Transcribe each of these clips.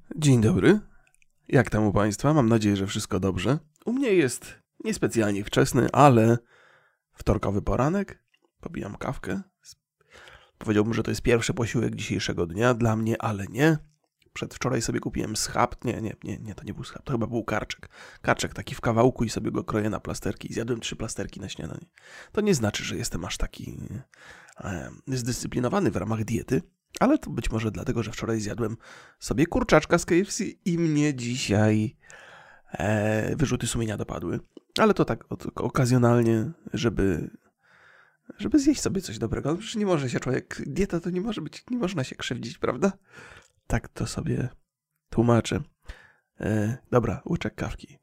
Dzień dobry. Jak tam u Państwa? Mam nadzieję, że wszystko dobrze. U mnie jest niespecjalnie wczesny, ale wtorkowy poranek. Pobijam kawkę. Powiedziałbym, że to jest pierwszy posiłek dzisiejszego dnia dla mnie, ale nie. Przedwczoraj sobie kupiłem schab. Nie, to nie był schab, to chyba był karczek. Karczek taki w kawałku i sobie go kroję na plasterki. Zjadłem 3 plasterki na śniadanie. To nie znaczy, że jestem aż taki zdyscyplinowany w ramach diety, ale to być może dlatego, że wczoraj zjadłem sobie kurczaczka z KFC i mnie dzisiaj wyrzuty sumienia dopadły. Ale to tak okazjonalnie, żeby zjeść sobie coś dobrego. Przecież nie może się człowiek... Dieta to nie może być... Nie można się krzywdzić, prawda? Tak to sobie tłumaczę. Dobra, łyczek kawki.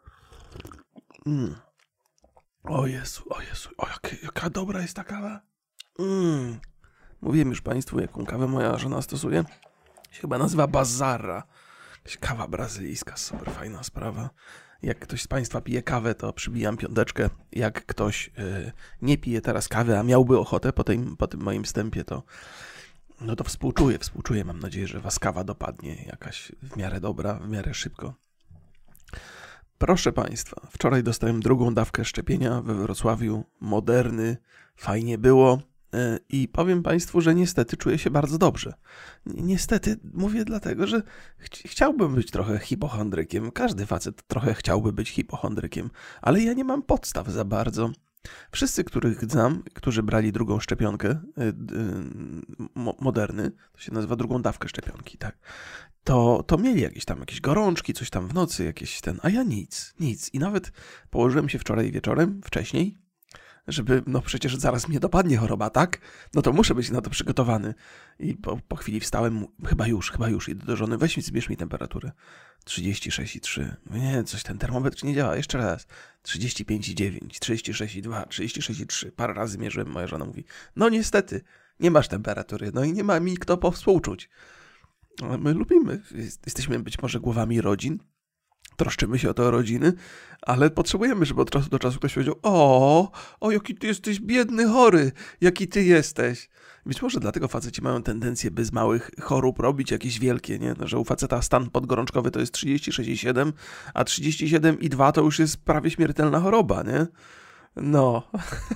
O Jezu, jaka dobra jest ta kawa. Mówiłem już Państwu, jaką kawę moja żona stosuje. Się chyba nazywa Bazara. Jakaś kawa brazylijska, super fajna sprawa. Jak ktoś z Państwa pije kawę, to przybijam 5. Jak ktoś nie pije teraz kawy, a miałby ochotę po tym moim wstępie, to no to współczuję. Mam nadzieję, że Was kawa dopadnie jakaś w miarę dobra, w miarę szybko. Proszę Państwa, wczoraj dostałem 2. dawkę szczepienia we Wrocławiu. Moderny, fajnie było. I powiem Państwu, że niestety czuję się bardzo dobrze. Niestety mówię dlatego, że chciałbym być trochę hipochondrykiem. Każdy facet trochę chciałby być hipochondrykiem, ale ja nie mam podstaw za bardzo. Wszyscy, których znam, którzy brali 2. szczepionkę, Moderny, to się nazywa 2. dawkę szczepionki, tak, to mieli jakieś gorączki, coś tam w nocy, a ja nic. I nawet położyłem się wczoraj wieczorem, wcześniej, żeby, no przecież zaraz mnie dopadnie choroba, tak? No to muszę być na to przygotowany. I po chwili wstałem, chyba już, idę do żony, zbierz mi temperaturę. 36,3. Nie, coś ten termometr nie działa, jeszcze raz. 35,9, 36,2, 36,3. Parę razy mierzyłem, moja żona mówi, no niestety, nie masz temperatury, no i nie ma mi kto powspółczuć. My lubimy, jesteśmy być może głowami rodzin, troszczymy się o te rodziny, ale potrzebujemy, żeby od czasu do czasu ktoś powiedział, o, jaki ty jesteś biedny, chory, jaki ty jesteś. Być może dlatego faceci mają tendencję, by z małych chorób robić jakieś wielkie, nie? No, że u faceta stan podgorączkowy to jest 36,7, a 37,2 to już jest prawie śmiertelna choroba, nie? No.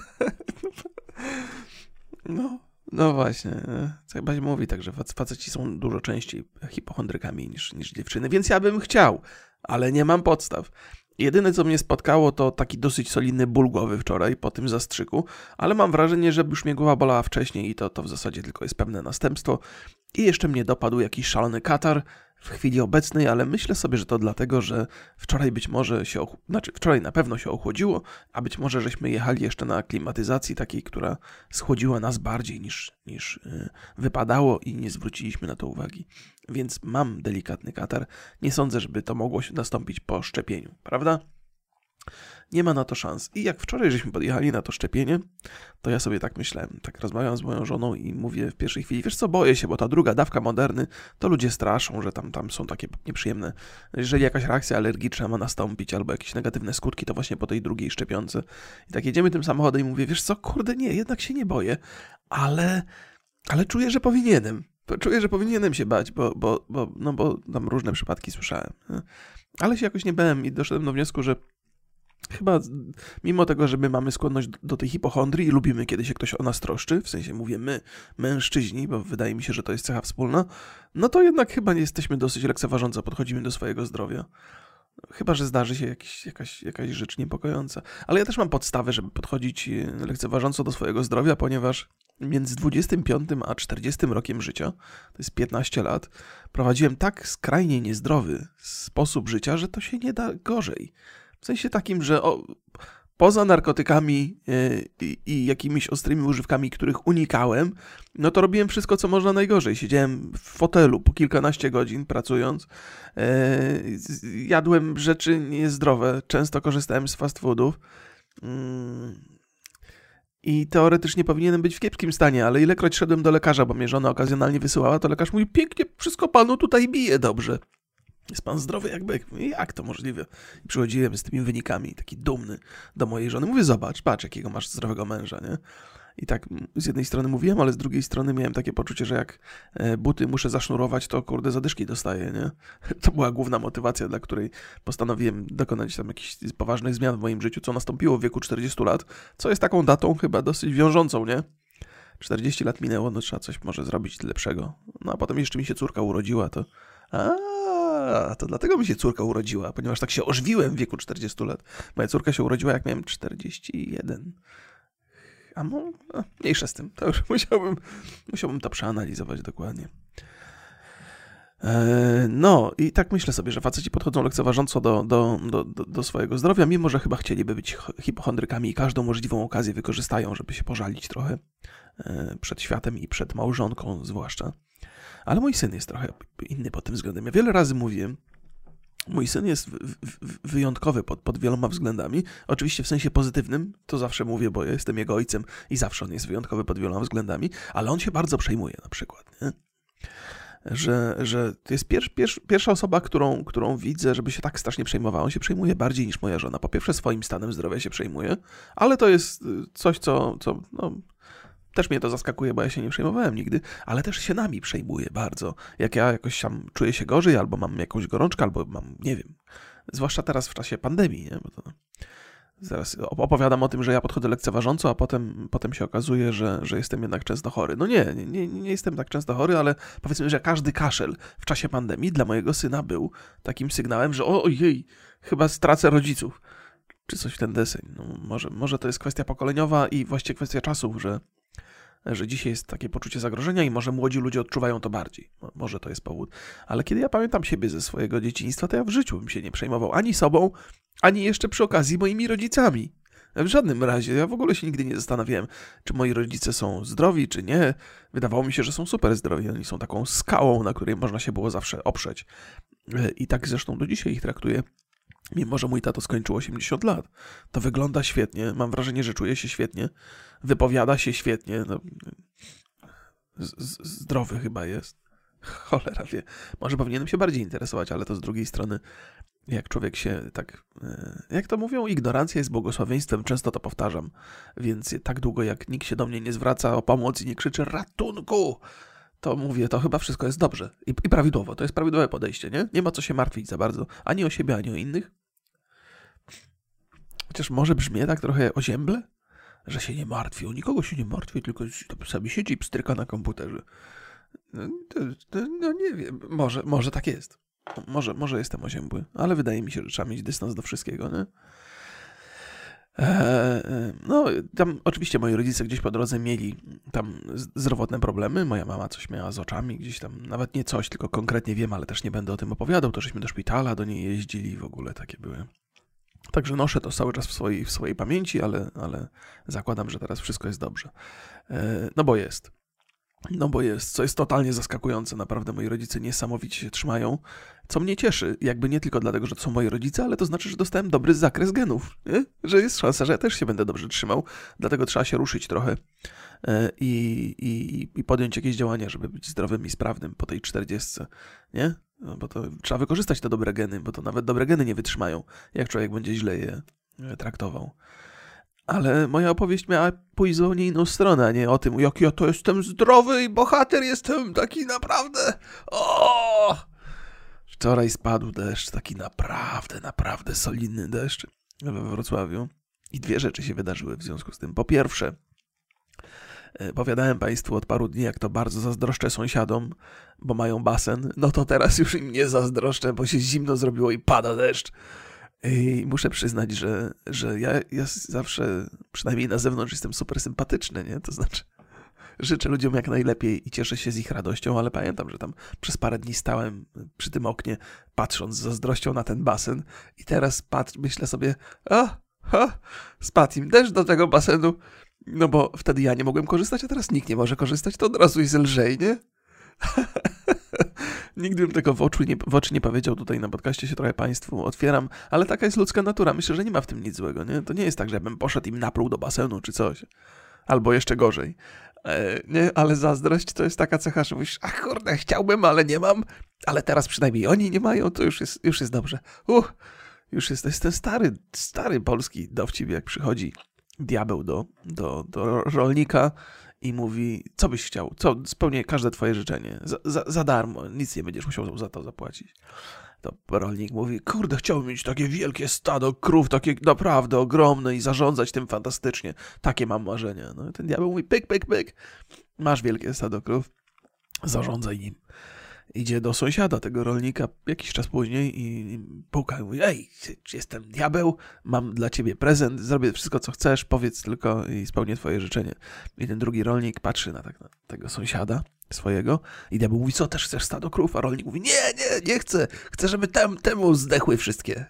No właśnie, chyba się mówi tak, że faceci są dużo częściej hipochondrykami niż dziewczyny, więc ja bym chciał, ale nie mam podstaw. Jedyne, co mnie spotkało, to taki dosyć solidny ból głowy wczoraj po tym zastrzyku, ale mam wrażenie, że już mnie głowa bolała wcześniej i to w zasadzie tylko jest pewne następstwo. I jeszcze mnie dopadł jakiś szalony katar w chwili obecnej, ale myślę sobie, że to dlatego, że wczoraj wczoraj na pewno się ochłodziło, a być może żeśmy jechali jeszcze na klimatyzacji takiej, która schłodziła nas bardziej niż wypadało i nie zwróciliśmy na to uwagi. Więc mam delikatny katar. Nie sądzę, żeby to mogło się nastąpić po szczepieniu, prawda? Nie ma na to szans. I jak wczoraj żeśmy podjechali na to szczepienie, to ja sobie tak myślałem, tak rozmawiam z moją żoną i mówię w pierwszej chwili, wiesz co, boję się, bo ta 2. dawka Moderny, to ludzie straszą, że tam są takie nieprzyjemne. Jeżeli jakaś reakcja alergiczna ma nastąpić albo jakieś negatywne skutki, to właśnie po tej 2. szczepionce. I tak jedziemy tym samochodem i mówię, wiesz co, kurde nie, jednak się nie boję, ale czuję, że powinienem. Czuję, że powinienem się bać, bo tam różne przypadki słyszałem. Ale się jakoś nie bałem i doszedłem do wniosku, że chyba mimo tego, że my mamy skłonność do tej hipochondrii i lubimy, kiedy się ktoś o nas troszczy, w sensie mówię my, mężczyźni, bo wydaje mi się, że to jest cecha wspólna, no to jednak chyba nie jesteśmy dosyć lekceważąco podchodzimy do swojego zdrowia. Chyba że zdarzy się jakaś rzecz niepokojąca. Ale ja też mam podstawę, żeby podchodzić lekceważąco do swojego zdrowia, ponieważ między 25 a 40 rokiem życia, to jest 15 lat, prowadziłem tak skrajnie niezdrowy sposób życia, że to się nie da gorzej. W sensie takim, że poza narkotykami i jakimiś ostrymi używkami, których unikałem, no to robiłem wszystko, co można najgorzej. Siedziałem w fotelu po kilkanaście godzin pracując, jadłem rzeczy niezdrowe, często korzystałem z fast foodów i teoretycznie powinienem być w kiepskim stanie, ale ilekroć szedłem do lekarza, bo mnie żona okazjonalnie wysyłała, to lekarz mówi, pięknie, wszystko panu tutaj bije dobrze. Jest pan zdrowy jakby, jak to możliwe? I przychodziłem z tymi wynikami, taki dumny do mojej żony. Mówię, zobacz, patrz jakiego masz zdrowego męża, nie? I tak z jednej strony mówiłem, ale z drugiej strony miałem takie poczucie, że jak buty muszę zasznurować, to kurde zadyszki dostaję, nie? To była główna motywacja, dla której postanowiłem dokonać tam jakichś poważnych zmian w moim życiu, co nastąpiło w wieku 40 lat, co jest taką datą chyba dosyć wiążącą, nie? 40 lat minęło, no trzeba coś może zrobić lepszego. No a potem jeszcze mi się córka urodziła, to... To dlatego mi się córka urodziła, ponieważ tak się ożwiłem w wieku 40 lat. Moja córka się urodziła, jak miałem 41. Mniejsza z tym, to już musiałbym to przeanalizować dokładnie. No i tak myślę sobie, że faceci podchodzą lekceważąco do swojego zdrowia, mimo że chyba chcieliby być hipochondrykami i każdą możliwą okazję wykorzystają, żeby się pożalić trochę przed światem i przed małżonką zwłaszcza. Ale mój syn jest trochę inny pod tym względem. Ja wiele razy mówię, mój syn jest wyjątkowy pod wieloma względami. Oczywiście w sensie pozytywnym, to zawsze mówię, bo ja jestem jego ojcem i zawsze on jest wyjątkowy pod wieloma względami, ale on się bardzo przejmuje na przykład, nie? Że to jest pierwsza osoba, którą widzę, żeby się tak strasznie przejmowała. On się przejmuje bardziej niż moja żona. Po pierwsze swoim stanem zdrowia się przejmuje, ale to jest coś, co też mnie to zaskakuje, bo ja się nie przejmowałem nigdy, ale też się nami przejmuje bardzo. Jak ja jakoś tam czuję się gorzej, albo mam jakąś gorączkę, albo mam, nie wiem, zwłaszcza teraz w czasie pandemii, nie? Bo to zaraz opowiadam o tym, że ja podchodzę lekceważąco, a potem się okazuje, że jestem jednak często chory. No nie jestem tak często chory, ale powiedzmy, że każdy kaszel w czasie pandemii dla mojego syna był takim sygnałem, że ojej, chyba stracę rodziców. Czy coś w ten deseń. No może to jest kwestia pokoleniowa i właściwie kwestia czasów, że dzisiaj jest takie poczucie zagrożenia i może młodzi ludzie odczuwają to bardziej. Może to jest powód. Ale kiedy ja pamiętam siebie ze swojego dzieciństwa, to ja w życiu bym się nie przejmował ani sobą, ani jeszcze przy okazji moimi rodzicami. W żadnym razie. Ja w ogóle się nigdy nie zastanawiałem, czy moi rodzice są zdrowi, czy nie. Wydawało mi się, że są super zdrowi. Oni są taką skałą, na której można się było zawsze oprzeć. I tak zresztą do dzisiaj ich traktuję. Mimo że mój tato skończył 80 lat, to wygląda świetnie, mam wrażenie, że czuje się świetnie, wypowiada się świetnie, no, zdrowy chyba jest, cholera wie, może powinienem się bardziej interesować, ale to z drugiej strony, jak człowiek się tak, jak to mówią, ignorancja jest błogosławieństwem, często to powtarzam, więc tak długo jak nikt się do mnie nie zwraca o pomoc i nie krzyczy ratunku, to mówię, to chyba wszystko jest dobrze i prawidłowo, to jest prawidłowe podejście, nie? Nie ma co się martwić za bardzo, ani o siebie, ani o innych. Chociaż może brzmi tak trochę ozięble, że się nie martwi, o nikogo się nie martwi, tylko sobie siedzi i pstryka na komputerze. No nie wiem, może tak jest. Może jestem oziębły, ale wydaje mi się, że trzeba mieć dystans do wszystkiego, nie? No, tam oczywiście moi rodzice gdzieś po drodze mieli tam zdrowotne problemy. Moja mama coś miała z oczami, gdzieś tam, nawet nie coś, tylko konkretnie wiem, ale też nie będę o tym opowiadał. To żeśmy do szpitala, do niej jeździli, w ogóle takie były. Także noszę to cały czas w swojej pamięci, ale zakładam, że teraz wszystko jest dobrze. No bo jest, co jest totalnie zaskakujące, naprawdę moi rodzice niesamowicie się trzymają, co mnie cieszy, jakby nie tylko dlatego, że to są moi rodzice, ale to znaczy, że dostałem dobry zakres genów, nie? Że jest szansa, że ja też się będę dobrze trzymał, dlatego trzeba się ruszyć trochę i podjąć jakieś działania, żeby być zdrowym i sprawnym po tej 40, nie? No bo to trzeba wykorzystać te dobre geny, bo to nawet dobre geny nie wytrzymają, jak człowiek będzie źle je traktował. Ale moja opowieść miała pójść zupełnie inną stronę, a nie o tym, jak ja to jestem zdrowy i bohater jestem taki naprawdę. O! Wczoraj spadł deszcz, taki naprawdę solidny deszcz we Wrocławiu. I dwie rzeczy się wydarzyły w związku z tym. Po pierwsze, powiadałem Państwu od paru dni, jak to bardzo zazdroszczę sąsiadom, bo mają basen. No to teraz już im nie zazdroszczę, bo się zimno zrobiło i pada deszcz. I muszę przyznać, że ja zawsze, przynajmniej na zewnątrz, jestem super sympatyczny, nie? To znaczy, życzę ludziom jak najlepiej i cieszę się z ich radością, ale pamiętam, że tam przez parę dni stałem przy tym oknie, patrząc z zazdrością na ten basen i teraz myślę sobie, spadł im deszcz do tego basenu, no bo wtedy ja nie mogłem korzystać, a teraz nikt nie może korzystać, to od razu jest lżej, nie? Nigdy bym tego w oczy nie powiedział, tutaj na podcaście się trochę Państwu otwieram, ale taka jest ludzka natura, myślę, że nie ma w tym nic złego, nie? To nie jest tak, że ja bym poszedł im napluł do basenu czy coś, albo jeszcze gorzej, nie? Ale zazdrość to jest taka cecha, że mówisz, ach kurde, chciałbym, ale nie mam, ale teraz przynajmniej oni nie mają, to już jest dobrze, to jest ten stary polski dowcip, jak przychodzi diabeł do rolnika i mówi, co byś chciał, spełnię każde twoje życzenie, za darmo, nic nie będziesz musiał za to zapłacić. To rolnik mówi, kurde, chciałbym mieć takie wielkie stado krów, takie naprawdę ogromne i zarządzać tym fantastycznie. Takie mam marzenia. No i ten diabeł mówi, pyk, pyk, pyk, masz wielkie stado krów, zarządzaj nim. Idzie do sąsiada tego rolnika jakiś czas później i puka i mówi, ej, jestem diabeł, mam dla ciebie prezent, zrobię wszystko, co chcesz, powiedz tylko i spełnię twoje życzenie. I ten drugi rolnik patrzy na tego sąsiada swojego i diabeł mówi, co, też chcesz stado krów? A rolnik mówi, nie chcę, chcę, żeby temu zdechły wszystkie.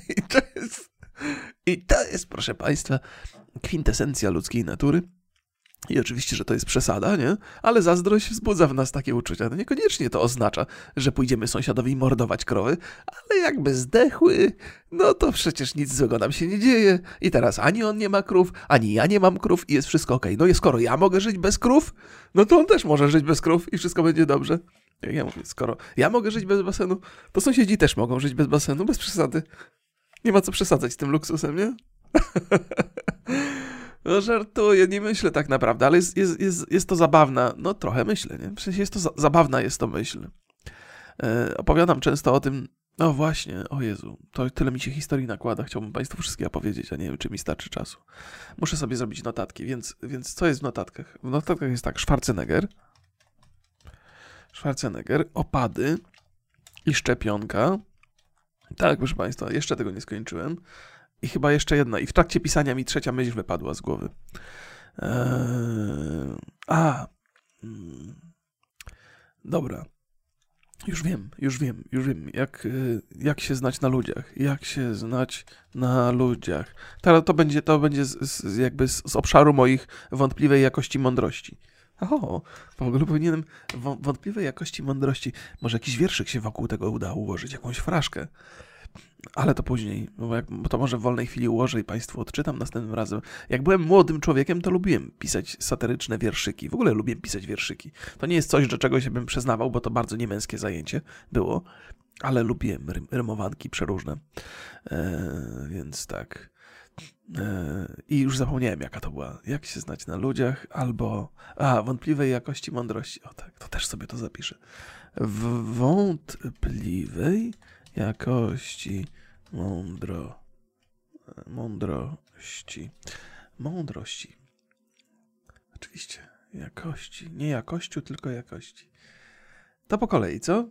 I to jest, proszę państwa, kwintesencja ludzkiej natury. I oczywiście, że to jest przesada, nie? Ale zazdrość wzbudza w nas takie uczucia. No niekoniecznie to oznacza, że pójdziemy sąsiadowi mordować krowy, ale jakby zdechły, no to przecież nic złego nam się nie dzieje. I teraz ani on nie ma krów, ani ja nie mam krów i jest wszystko okej. No i skoro ja mogę żyć bez krów, no to on też może żyć bez krów i wszystko będzie dobrze. Ja mówię, skoro ja mogę żyć bez basenu, to sąsiedzi też mogą żyć bez basenu, bez przesady. Nie ma co przesadzać z tym luksusem, nie? No żartuję, nie myślę tak naprawdę, ale jest to zabawna, no trochę myślę, nie? W sensie jest to zabawna jest to myśl. Opowiadam często o tym, no właśnie, o Jezu, to tyle mi się historii nakłada, chciałbym Państwu wszystkie opowiedzieć, a nie wiem, czy mi starczy czasu. Muszę sobie zrobić notatki, więc co jest w notatkach? W notatkach jest tak, Schwarzenegger, opady i szczepionka. Tak, proszę Państwa, jeszcze tego nie skończyłem. I chyba jeszcze jedna. I w trakcie pisania mi trzecia myśl wypadła z głowy. Dobra. Już wiem. Jak się znać na ludziach. Jak się znać na ludziach. To będzie jakby z obszaru moich wątpliwej jakości mądrości. W ogóle powinienem wątpliwej jakości mądrości. Może jakiś wierszyk się wokół tego uda ułożyć, jakąś fraszkę. Ale to później, bo to może w wolnej chwili ułożę i Państwu odczytam następnym razem. Jak byłem młodym człowiekiem, to lubiłem pisać satyryczne wierszyki. W ogóle lubię pisać wierszyki. To nie jest coś, do czego się bym przyznawał, bo to bardzo niemęskie zajęcie było, ale lubiłem rymowanki przeróżne. Więc tak. I już zapomniałem, jaka to była. Jak się znać na ludziach, albo... wątpliwej jakości mądrości. O tak, to też sobie to zapiszę. W wątpliwej jakości mądrości. Oczywiście. Jakości. Nie jakościu, tylko jakości. To po kolei, co?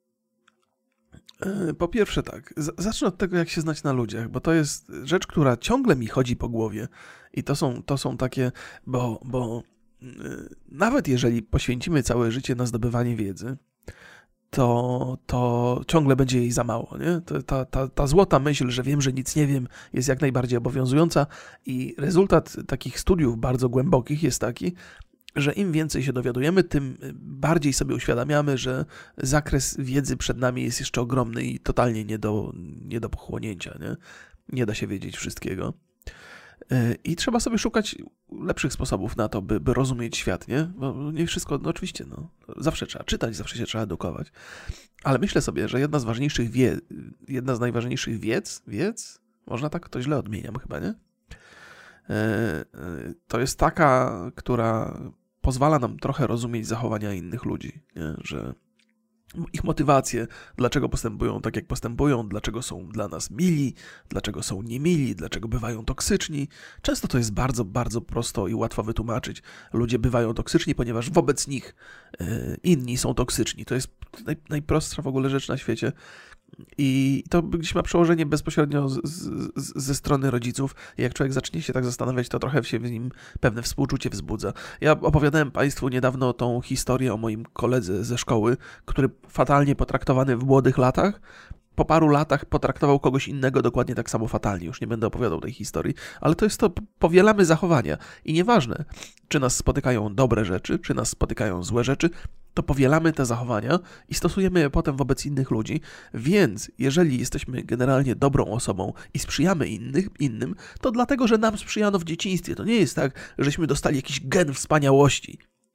Po pierwsze tak. Zacznę od tego, jak się znać na ludziach, bo to jest rzecz, która ciągle mi chodzi po głowie. I to są takie... Bo nawet jeżeli poświęcimy całe życie na zdobywanie wiedzy, to ciągle będzie jej za mało, nie? Ta złota myśl, że wiem, że nic nie wiem, jest jak najbardziej obowiązująca i rezultat takich studiów bardzo głębokich jest taki, że im więcej się dowiadujemy, tym bardziej sobie uświadamiamy, że zakres wiedzy przed nami jest jeszcze ogromny i totalnie nie do pochłonięcia, nie? Nie da się wiedzieć wszystkiego. I trzeba sobie szukać lepszych sposobów na to, by rozumieć świat, nie? Bo nie wszystko, no oczywiście, zawsze trzeba czytać, zawsze się trzeba edukować. Ale myślę sobie, że jedna z najważniejszych wiedz, można tak, to źle odmieniam chyba, nie? To jest taka, która pozwala nam trochę rozumieć zachowania innych ludzi, nie? Że ich motywacje, dlaczego postępują tak, jak postępują, dlaczego są dla nas mili, dlaczego są niemili, dlaczego bywają toksyczni. Często to jest bardzo, bardzo prosto i łatwo wytłumaczyć. Ludzie bywają toksyczni, ponieważ wobec nich inni są toksyczni. To jest najprostsza w ogóle rzecz na świecie. I to gdzieś ma przełożenie bezpośrednio ze strony rodziców. I jak człowiek zacznie się tak zastanawiać, to trochę się w nim pewne współczucie wzbudza. Ja opowiadałem Państwu niedawno tą historię o moim koledze ze szkoły, który fatalnie potraktowany w młodych latach, po paru latach potraktował kogoś innego dokładnie tak samo fatalnie. Już nie będę opowiadał tej historii, ale to jest to, powielamy zachowania. I nieważne, czy nas spotykają dobre rzeczy, czy nas spotykają złe rzeczy, to powielamy te zachowania i stosujemy je potem wobec innych ludzi, więc jeżeli jesteśmy generalnie dobrą osobą i sprzyjamy innym, to dlatego, że nam sprzyjano w dzieciństwie. To nie jest tak, żeśmy dostali jakiś gen wspaniałości.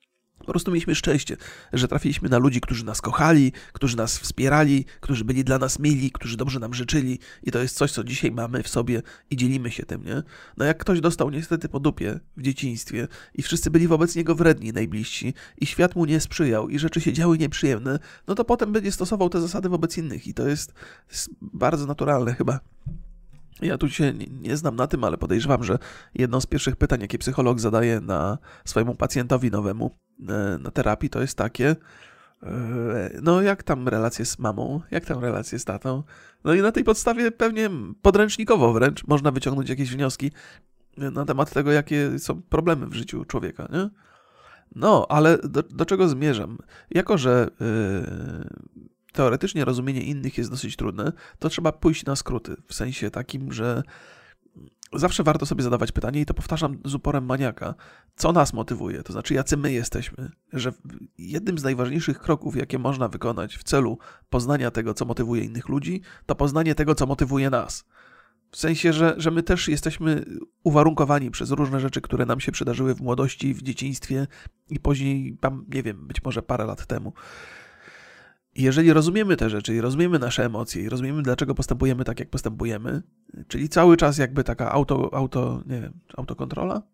Po prostu mieliśmy szczęście, że trafiliśmy na ludzi, którzy nas kochali, którzy nas wspierali, którzy byli dla nas mili, którzy dobrze nam życzyli i to jest coś, co dzisiaj mamy w sobie i dzielimy się tym, nie? No jak ktoś dostał niestety po dupie w dzieciństwie i wszyscy byli wobec niego wredni, najbliżsi i świat mu nie sprzyjał i rzeczy się działy nieprzyjemne, no to potem będzie stosował te zasady wobec innych i to jest bardzo naturalne chyba. Ja tu się nie znam na tym, ale podejrzewam, że jedno z pierwszych pytań, jakie psycholog zadaje swojemu pacjentowi nowemu na terapii, to jest takie: no jak tam relacje z mamą, jak tam relacje z tatą? No i na tej podstawie pewnie podręcznikowo wręcz można wyciągnąć jakieś wnioski na temat tego, jakie są problemy w życiu człowieka, nie? No, ale do czego zmierzam? Jako że teoretycznie rozumienie innych jest dosyć trudne, to trzeba pójść na skróty, w sensie takim, że zawsze warto sobie zadawać pytanie i to powtarzam z uporem maniaka, co nas motywuje, to znaczy jacy my jesteśmy, że jednym z najważniejszych kroków, jakie można wykonać w celu poznania tego, co motywuje innych ludzi, to poznanie tego, co motywuje nas. W sensie, że my też jesteśmy uwarunkowani przez różne rzeczy, które nam się przydarzyły w młodości, w dzieciństwie i później, tam, nie wiem, być może parę lat temu. Jeżeli rozumiemy te rzeczy i rozumiemy nasze emocje i rozumiemy, dlaczego postępujemy tak, jak postępujemy, czyli cały czas jakby taka autokontrola,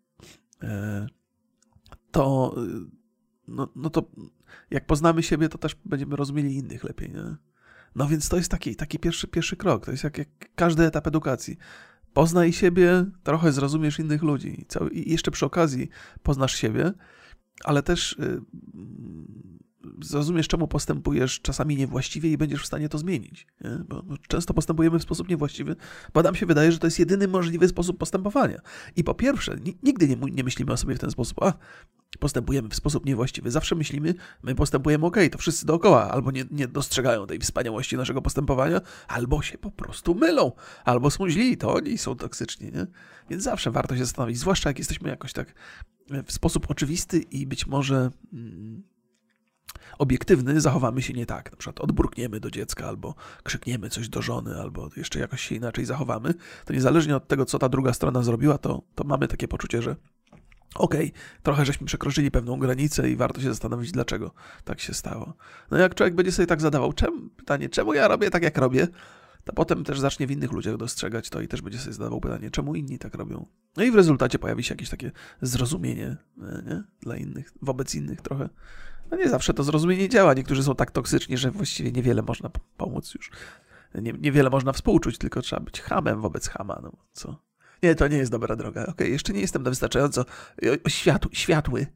to to jak poznamy siebie, to też będziemy rozumieli innych lepiej, nie? No więc to jest taki pierwszy krok, to jest jak każdy etap edukacji. Poznaj siebie, trochę zrozumiesz innych ludzi i jeszcze przy okazji poznasz siebie, ale też zrozumiesz, czemu postępujesz czasami niewłaściwie i będziesz w stanie to zmienić. Nie? Bo często postępujemy w sposób niewłaściwy, bo nam się wydaje, że to jest jedyny możliwy sposób postępowania. I po pierwsze, nigdy nie myślimy o sobie w ten sposób, postępujemy w sposób niewłaściwy. Zawsze myślimy, my postępujemy okej, to wszyscy dookoła albo nie dostrzegają tej wspaniałości naszego postępowania, albo się po prostu mylą, albo są źli, to oni są toksyczni. Nie? Więc zawsze warto się zastanowić, zwłaszcza jak jesteśmy jakoś tak w sposób oczywisty i być może obiektywny, zachowamy się nie tak. Na przykład odburkniemy do dziecka, albo krzykniemy coś do żony, albo jeszcze jakoś się inaczej zachowamy, to niezależnie od tego, co ta druga strona zrobiła, to mamy takie poczucie, że trochę żeśmy przekroczyli pewną granicę i warto się zastanowić, dlaczego tak się stało. No jak człowiek będzie sobie tak zadawał pytanie, czemu ja robię tak, jak robię, to potem też zacznie w innych ludziach dostrzegać to i też będzie sobie zadawał pytanie, czemu inni tak robią. No i w rezultacie pojawi się jakieś takie zrozumienie, nie? Dla innych, wobec innych trochę. No nie zawsze to zrozumienie działa. Niektórzy są tak toksyczni, że właściwie niewiele można pomóc już. Niewiele można współczuć, tylko trzeba być chamem wobec chama. No co? Nie, to nie jest dobra droga. Jeszcze nie jestem wystarczająco światły,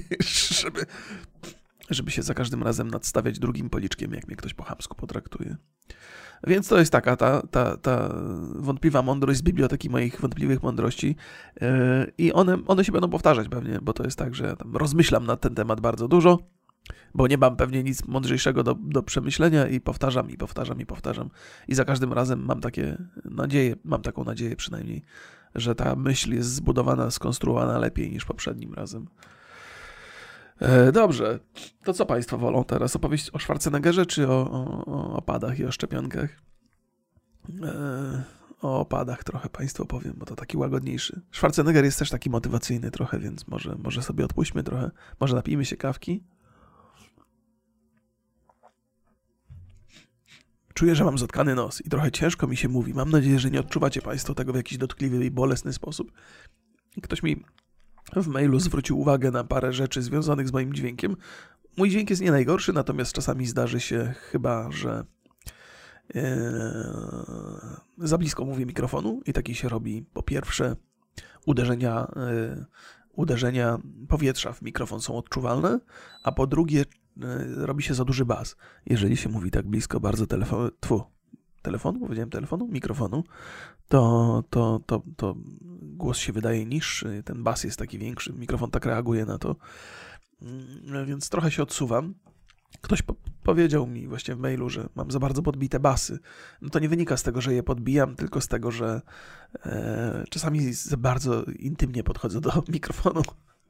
żeby się za każdym razem nadstawiać drugim policzkiem, jak mnie ktoś po chamsku potraktuje. Więc to jest taka ta wątpliwa mądrość z biblioteki moich wątpliwych mądrości i one się będą powtarzać pewnie, bo to jest tak, że ja tam rozmyślam na ten temat bardzo dużo, bo nie mam pewnie nic mądrzejszego do przemyślenia i powtarzam i za każdym razem mam taką nadzieję przynajmniej, że ta myśl jest zbudowana, skonstruowana lepiej niż poprzednim razem. Dobrze, to co Państwo wolą teraz? Opowieść o Schwarzeneggerze czy o opadach i o szczepionkach? O opadach trochę Państwu opowiem, bo to taki łagodniejszy. Schwarzenegger jest też taki motywacyjny trochę, więc może sobie odpuśćmy trochę. Może napijmy się kawki. Czuję, że mam zatkany nos i trochę ciężko mi się mówi. Mam nadzieję, że nie odczuwacie Państwo tego w jakiś dotkliwy i bolesny sposób. Ktoś mi w mailu zwrócił uwagę na parę rzeczy związanych z moim dźwiękiem. Mój dźwięk jest nie najgorszy, natomiast czasami zdarzy się chyba, że za blisko mówię mikrofonu i taki się robi po pierwsze uderzenia powietrza w mikrofon są odczuwalne, a po drugie robi się za duży bas. Jeżeli się mówi tak blisko bardzo mikrofonu, to głos się wydaje niższy, ten bas jest taki większy, mikrofon tak reaguje na to, więc trochę się odsuwam. Ktoś powiedział mi właśnie w mailu, że mam za bardzo podbite basy. No to nie wynika z tego, że je podbijam, tylko z tego, że czasami za bardzo intymnie podchodzę do mikrofonu.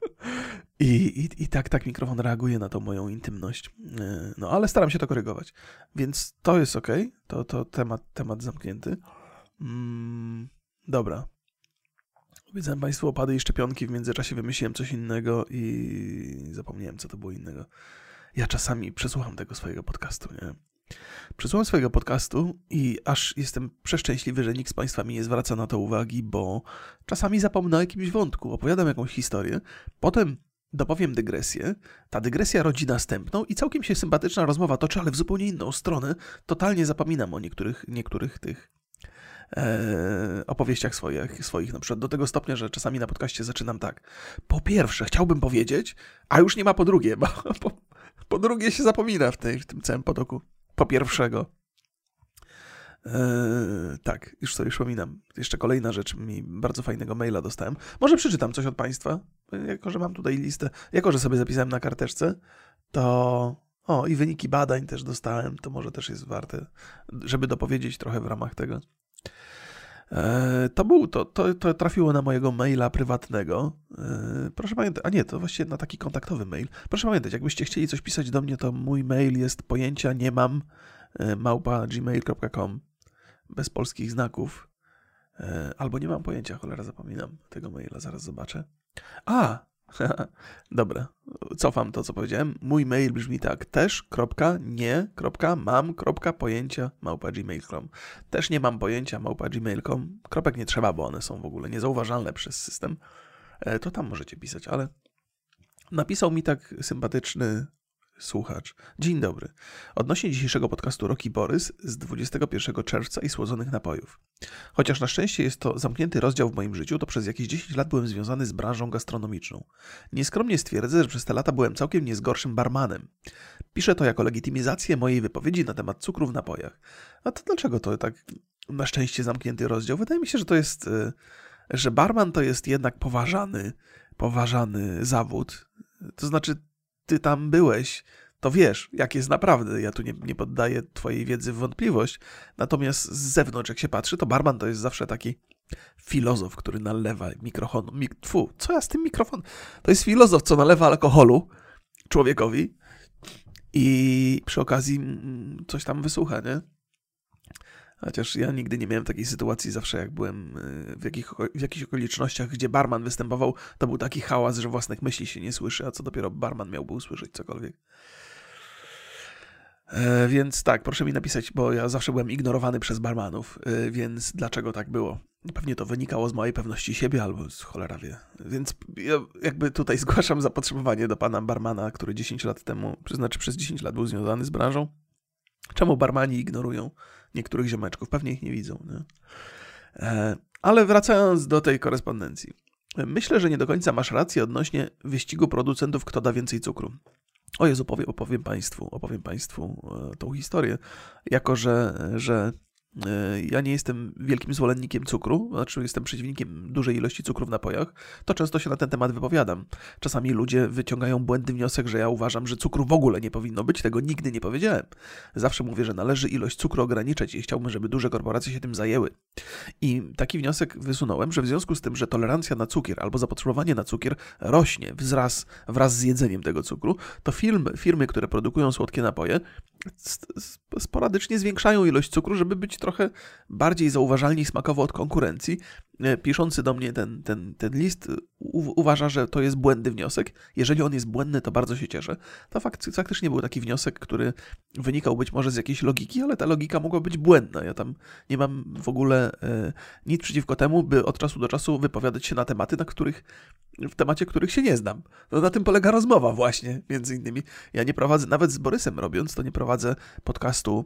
I tak mikrofon reaguje na tą moją intymność. No ale staram się to korygować. Więc to jest okej. To temat zamknięty. Dobra. Obiecałem Państwu opady i szczepionki, w międzyczasie wymyśliłem coś innego i zapomniałem, co to było innego. Ja czasami przesłucham tego swojego podcastu, nie? Przesłucham swojego podcastu i aż jestem przeszczęśliwy, że nikt z Państwa mi nie zwraca na to uwagi, bo czasami zapomnę o jakimś wątku, opowiadam jakąś historię, potem dopowiem dygresję, ta dygresja rodzi następną i całkiem się sympatyczna rozmowa toczy, ale w zupełnie inną stronę. Totalnie zapominam o niektórych tych opowieściach swoich, na przykład do tego stopnia, że czasami na podcaście zaczynam tak. Po pierwsze, chciałbym powiedzieć, a już nie ma po drugie, bo po drugie się zapomina w tym całym potoku. Po pierwszego. Tak, już sobie przypominam. Jeszcze kolejna rzecz, bardzo fajnego maila dostałem. Może przeczytam coś od Państwa, jako że mam tutaj listę, jako że sobie zapisałem na karteczce, to... O, i wyniki badań też dostałem, to może też jest warte, żeby dopowiedzieć trochę w ramach tego. To trafiło na mojego maila prywatnego. Proszę pamiętać, a nie, to właściwie na taki kontaktowy mail. Proszę pamiętać, jakbyście chcieli coś pisać do mnie, to mój mail jest pojęcia-nie-mam@gmail.com bez polskich znaków. Albo nie mam pojęcia, cholera, zapominam tego maila, zaraz zobaczę. Dobra, cofam to, co powiedziałem. Mój mail brzmi tak, też.nie.mam.pojęcia@gmail.com. Też nie mam pojęcia @gmail.com. Kropek nie trzeba, bo one są w ogóle niezauważalne przez system. To tam możecie pisać, ale napisał mi tak sympatyczny słuchacz. Dzień dobry. Odnośnie dzisiejszego podcastu Roki Borys z 21 czerwca i słodzonych napojów. Chociaż na szczęście jest to zamknięty rozdział w moim życiu, to przez jakieś 10 lat byłem związany z branżą gastronomiczną. Nieskromnie stwierdzę, że przez te lata byłem całkiem niezgorszym barmanem. Piszę to jako legitymizację mojej wypowiedzi na temat cukru w napojach. A to dlaczego to tak na szczęście zamknięty rozdział? Wydaje mi się, że to jest, że barman to jest jednak poważany zawód. To znaczy, ty tam byłeś, to wiesz, jak jest naprawdę. Ja tu nie poddaję twojej wiedzy w wątpliwość. Natomiast z zewnątrz, jak się patrzy, to barman to jest zawsze taki filozof, który nalewa co ja z tym mikrofonem? To jest filozof, co nalewa alkoholu człowiekowi i przy okazji coś tam wysłucha, nie? Chociaż ja nigdy nie miałem takiej sytuacji, zawsze jak byłem w jakichś okolicznościach, gdzie barman występował, to był taki hałas, że własnych myśli się nie słyszy, a co dopiero barman miałby usłyszeć cokolwiek. Więc tak, proszę mi napisać, bo ja zawsze byłem ignorowany przez barmanów, więc dlaczego tak było? Pewnie to wynikało z mojej pewności siebie, albo z cholera wie. Więc ja jakby tutaj zgłaszam zapotrzebowanie do pana barmana, który 10 lat temu, przez 10 lat był związany z branżą. Czemu barmani ignorują niektórych ziomeczków? Pewnie ich nie widzą. Nie? Ale wracając do tej korespondencji. Myślę, że nie do końca masz rację odnośnie wyścigu producentów, kto da więcej cukru. O Jezu, opowiem Państwu tą historię, jako że ja nie jestem wielkim zwolennikiem cukru, znaczy jestem przeciwnikiem dużej ilości cukru w napojach, to często się na ten temat wypowiadam. Czasami ludzie wyciągają błędny wniosek, że ja uważam, że cukru w ogóle nie powinno być, tego nigdy nie powiedziałem. Zawsze mówię, że należy ilość cukru ograniczać i chciałbym, żeby duże korporacje się tym zajęły. I taki wniosek wysunąłem, że w związku z tym, że tolerancja na cukier albo zapotrzebowanie na cukier rośnie wraz z jedzeniem tego cukru, to firmy, które produkują słodkie napoje, sporadycznie zwiększają ilość cukru, żeby być trochę bardziej zauważalni smakowo od konkurencji. Piszący do mnie ten list uważa, że to jest błędny wniosek. Jeżeli on jest błędny, to bardzo się cieszę. To faktycznie był taki wniosek, który wynikał być może z jakiejś logiki, ale ta logika mogła być błędna. Ja tam nie mam w ogóle nic przeciwko temu, by od czasu do czasu wypowiadać się na tematy, w temacie których się nie znam. No na tym polega rozmowa właśnie, między innymi. Ja nie prowadzę, nawet z Borysem robiąc, to nie prowadzę podcastu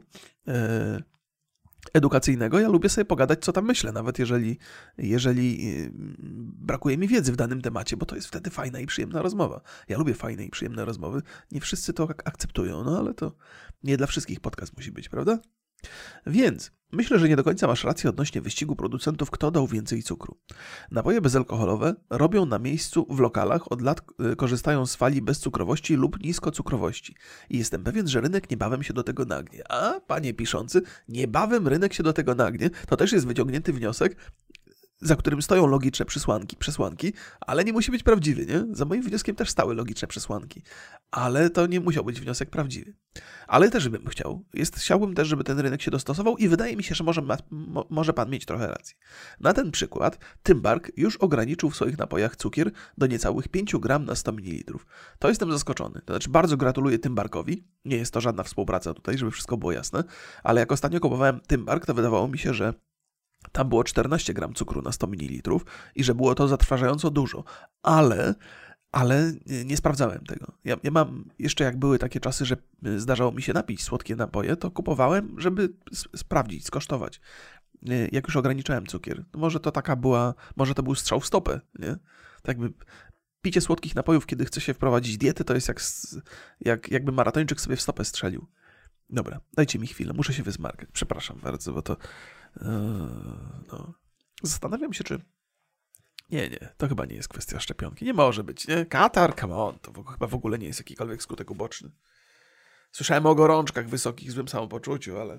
edukacyjnego. Ja lubię sobie pogadać, co tam myślę, nawet jeżeli brakuje mi wiedzy w danym temacie, bo to jest wtedy fajna i przyjemna rozmowa. Ja lubię fajne i przyjemne rozmowy. Nie wszyscy to akceptują, no ale to nie dla wszystkich podcast musi być, prawda? Więc myślę, że nie do końca masz rację odnośnie wyścigu producentów, kto dał więcej cukru. Napoje bezalkoholowe robią na miejscu w lokalach, od lat korzystają z fali bezcukrowości lub niskocukrowości. I jestem pewien, że rynek niebawem się do tego nagnie. A, panie piszący, niebawem rynek się do tego nagnie. To też jest wyciągnięty wniosek za którym stoją logiczne przesłanki, ale nie musi być prawdziwy, nie? Za moim wnioskiem też stały logiczne przesłanki, ale to nie musiał być wniosek prawdziwy. Ale też bym chciałbym też, żeby ten rynek się dostosował i wydaje mi się, że może pan mieć trochę racji. Na ten przykład Tymbark już ograniczył w swoich napojach cukier do niecałych 5 gram na 100 ml. To jestem zaskoczony. To znaczy bardzo gratuluję Tymbarkowi. Nie jest to żadna współpraca tutaj, żeby wszystko było jasne, ale jak ostatnio kupowałem Tymbark, to wydawało mi się, że tam było 14 gram cukru na 100 ml i że było to zatrważająco dużo. Ale nie sprawdzałem tego. Ja mam, jeszcze jak były takie czasy, że zdarzało mi się napić słodkie napoje, to kupowałem, żeby sprawdzić, skosztować. Jak już ograniczałem cukier. Może to był strzał w stopę, nie? Tak by picie słodkich napojów, kiedy chce się wprowadzić dietę, to jest jakby maratończyk sobie w stopę strzelił. Dobra, dajcie mi chwilę, muszę się wysmarkać. Przepraszam bardzo, bo to... Zastanawiam się, czy... Nie, to chyba nie jest kwestia szczepionki. Nie może być, nie? Katar, come on, to chyba w ogóle nie jest jakikolwiek skutek uboczny. Słyszałem o gorączkach wysokich, złym samopoczuciu, ale...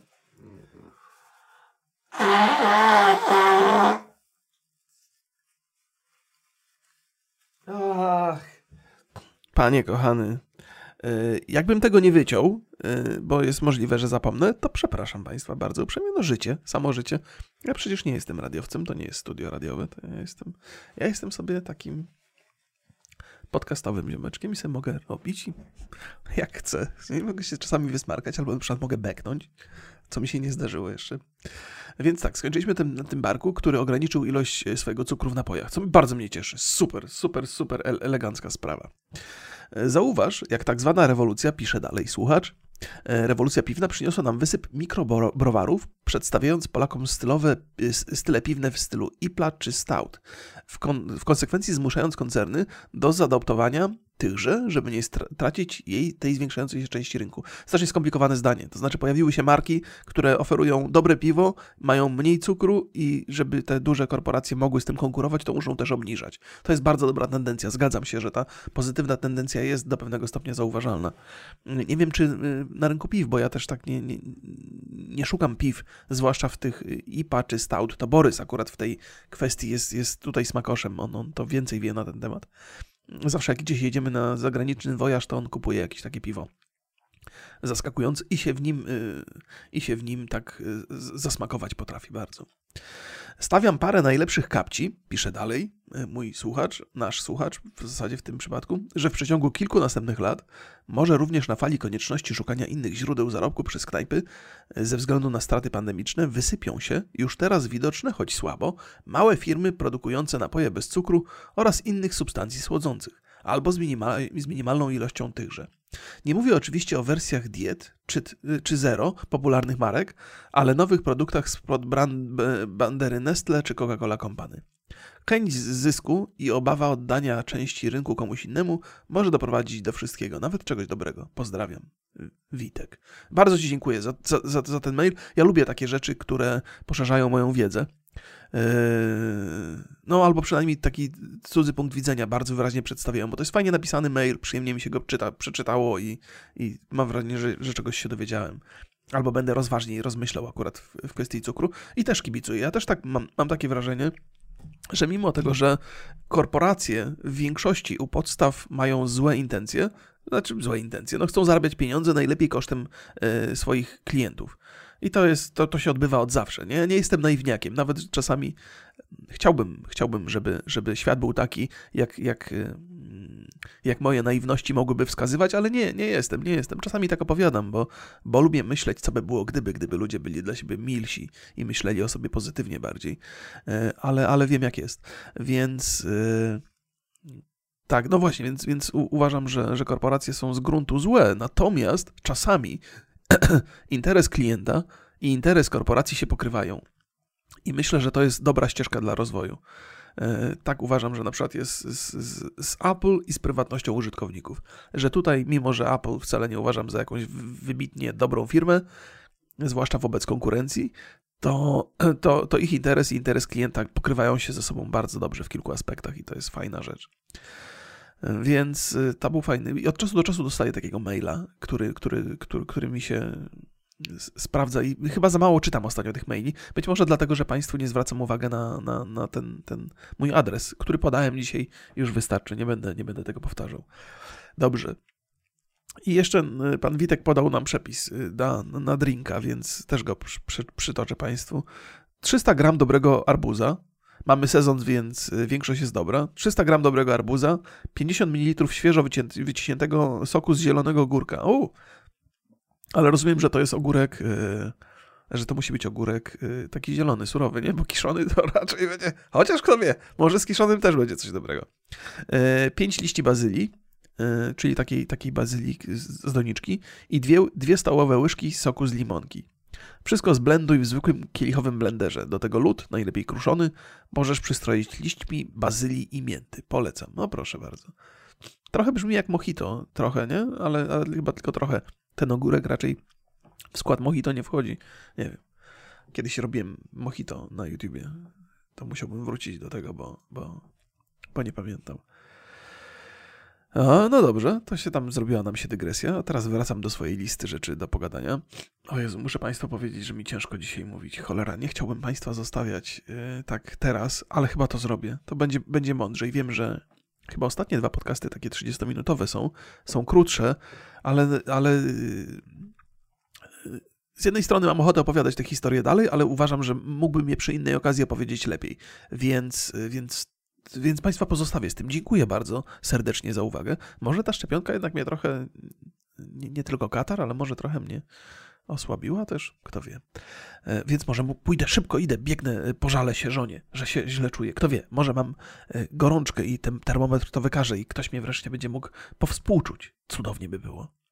Ach, panie kochany, jakbym tego nie wyciął, bo jest możliwe, że zapomnę, to przepraszam państwa bardzo uprzejmie. No życie, samo życie. Ja przecież nie jestem radiowcem, to nie jest studio radiowe, to ja jestem sobie takim podcastowym ziomeczkiem i sobie mogę robić jak chcę. Mogę się czasami wysmarkać, albo na przykład mogę beknąć, co mi się nie zdarzyło jeszcze. Więc tak, skończyliśmy na Tymbarku, który ograniczył ilość swojego cukru w napojach, co bardzo mnie cieszy. Super elegancka sprawa. Zauważ, jak tak zwana rewolucja, pisze dalej słuchacz, rewolucja piwna przyniosła nam wysyp mikrobrowarów, przedstawiając Polakom style piwne w stylu IPA czy Stout, w konsekwencji zmuszając koncerny do zaadoptowania tychże, żeby nie tracić tej zwiększającej się części rynku. Strasznie skomplikowane zdanie. To znaczy pojawiły się marki, które oferują dobre piwo, mają mniej cukru i żeby te duże korporacje mogły z tym konkurować, to muszą też obniżać. To jest bardzo dobra tendencja. Zgadzam się, że ta pozytywna tendencja jest do pewnego stopnia zauważalna. Nie wiem, czy na rynku piw, bo ja też tak nie szukam piw, zwłaszcza w tych IPA czy Stout. To Borys akurat w tej kwestii jest tutaj smakoszem. On to więcej wie na ten temat. Zawsze jak gdzieś jedziemy na zagraniczny wojaż, to on kupuje jakieś takie piwo zaskakujące i się w nim tak zasmakować potrafi bardzo. Stawiam parę najlepszych kapci, pisze dalej mój słuchacz, nasz słuchacz w zasadzie w tym przypadku, że w przeciągu kilku następnych lat, może również na fali konieczności szukania innych źródeł zarobku przez knajpy ze względu na straty pandemiczne, wysypią się już teraz widoczne, choć słabo, małe firmy produkujące napoje bez cukru oraz innych substancji słodzących, albo z minimalną ilością tychże. Nie mówię oczywiście o wersjach diet czy zero popularnych marek, ale nowych produktach spod bandery Nestle czy Coca-Cola Company. Chęć zysku i obawa oddania części rynku komuś innemu może doprowadzić do wszystkiego, nawet czegoś dobrego. Pozdrawiam. Witek. Bardzo Ci dziękuję za ten mail. Ja lubię takie rzeczy, które poszerzają moją wiedzę. No albo przynajmniej taki cudzy punkt widzenia bardzo wyraźnie przedstawiają, bo to jest fajnie napisany mail, przyjemnie mi się go przeczytało i mam wrażenie, że czegoś się dowiedziałem. Albo będę rozważniej rozmyślał akurat w kwestii cukru i też kibicuję. Ja też tak mam takie wrażenie, że mimo tego, że korporacje w większości u podstaw mają złe intencje, no chcą zarabiać pieniądze najlepiej kosztem swoich klientów. I to się odbywa od zawsze. Nie jestem naiwniakiem. Nawet czasami chciałbym, żeby świat był taki, jak moje naiwności mogłyby wskazywać, ale nie jestem. Czasami tak opowiadam, bo lubię myśleć, co by było, gdyby ludzie byli dla siebie milsi i myśleli o sobie pozytywnie bardziej. Ale wiem, jak jest. Więc... Tak, no właśnie, więc uważam, że korporacje są z gruntu złe, natomiast czasami interes klienta i interes korporacji się pokrywają. I myślę, że to jest dobra ścieżka dla rozwoju. Tak uważam, że na przykład jest z Apple i z prywatnością użytkowników. Że tutaj, mimo że Apple wcale nie uważam za jakąś wybitnie dobrą firmę, zwłaszcza wobec konkurencji, to ich interes i interes klienta pokrywają się ze sobą bardzo dobrze w kilku aspektach i to jest fajna rzecz. Więc to był fajny. I od czasu do czasu dostaję takiego maila, który mi się sprawdza i chyba za mało czytam ostatnio tych maili. Być może dlatego, że Państwu nie zwracam uwagi na ten mój adres, który podałem dzisiaj, już wystarczy, nie będę tego powtarzał. Dobrze. I jeszcze pan Witek podał nam przepis na drinka, więc też go przytoczę Państwu. 300 gram dobrego arbuza. Mamy sezon, więc większość jest dobra. 300 gram dobrego arbuza, 50 ml świeżo wyciśniętego soku z zielonego ogórka. Ale rozumiem, że to jest ogórek, że to musi być ogórek taki zielony, surowy, nie? Bo kiszony to raczej będzie, chociaż kto wie, może z kiszonym też będzie coś dobrego. 5 liści bazylii, czyli takiej bazylii z doniczki i 2 stołowe łyżki soku z limonki. Wszystko zblenduj w zwykłym kielichowym blenderze. Do tego lód, najlepiej kruszony, możesz przystroić liśćmi bazylii i mięty. Polecam. No proszę bardzo. Trochę brzmi jak mojito, trochę, nie? Ale chyba tylko trochę. Ten ogórek raczej w skład mojito nie wchodzi. Nie wiem. Kiedyś robiłem mojito na YouTubie. To musiałbym wrócić do tego, bo nie pamiętam. No dobrze, to się tam zrobiła nam się dygresja, a teraz wracam do swojej listy rzeczy do pogadania. O Jezu, muszę Państwu powiedzieć, że mi ciężko dzisiaj mówić. Cholera, nie chciałbym Państwa zostawiać tak teraz, ale chyba to zrobię. To będzie mądrzej. Wiem, że chyba ostatnie 2 podcasty takie 30-minutowe są krótsze, ale z jednej strony mam ochotę opowiadać tę historię dalej, ale uważam, że mógłbym je przy innej okazji opowiedzieć lepiej. Więc Państwa pozostawię z tym. Dziękuję bardzo serdecznie za uwagę. Może ta szczepionka jednak mnie trochę, nie tylko katar, ale może trochę mnie osłabiła też, kto wie. Więc może pójdę szybko, biegnę, pożalę się żonie, że się źle czuję. Kto wie, może mam gorączkę i ten termometr to wykaże i ktoś mnie wreszcie będzie mógł powspółczuć. Cudownie by było.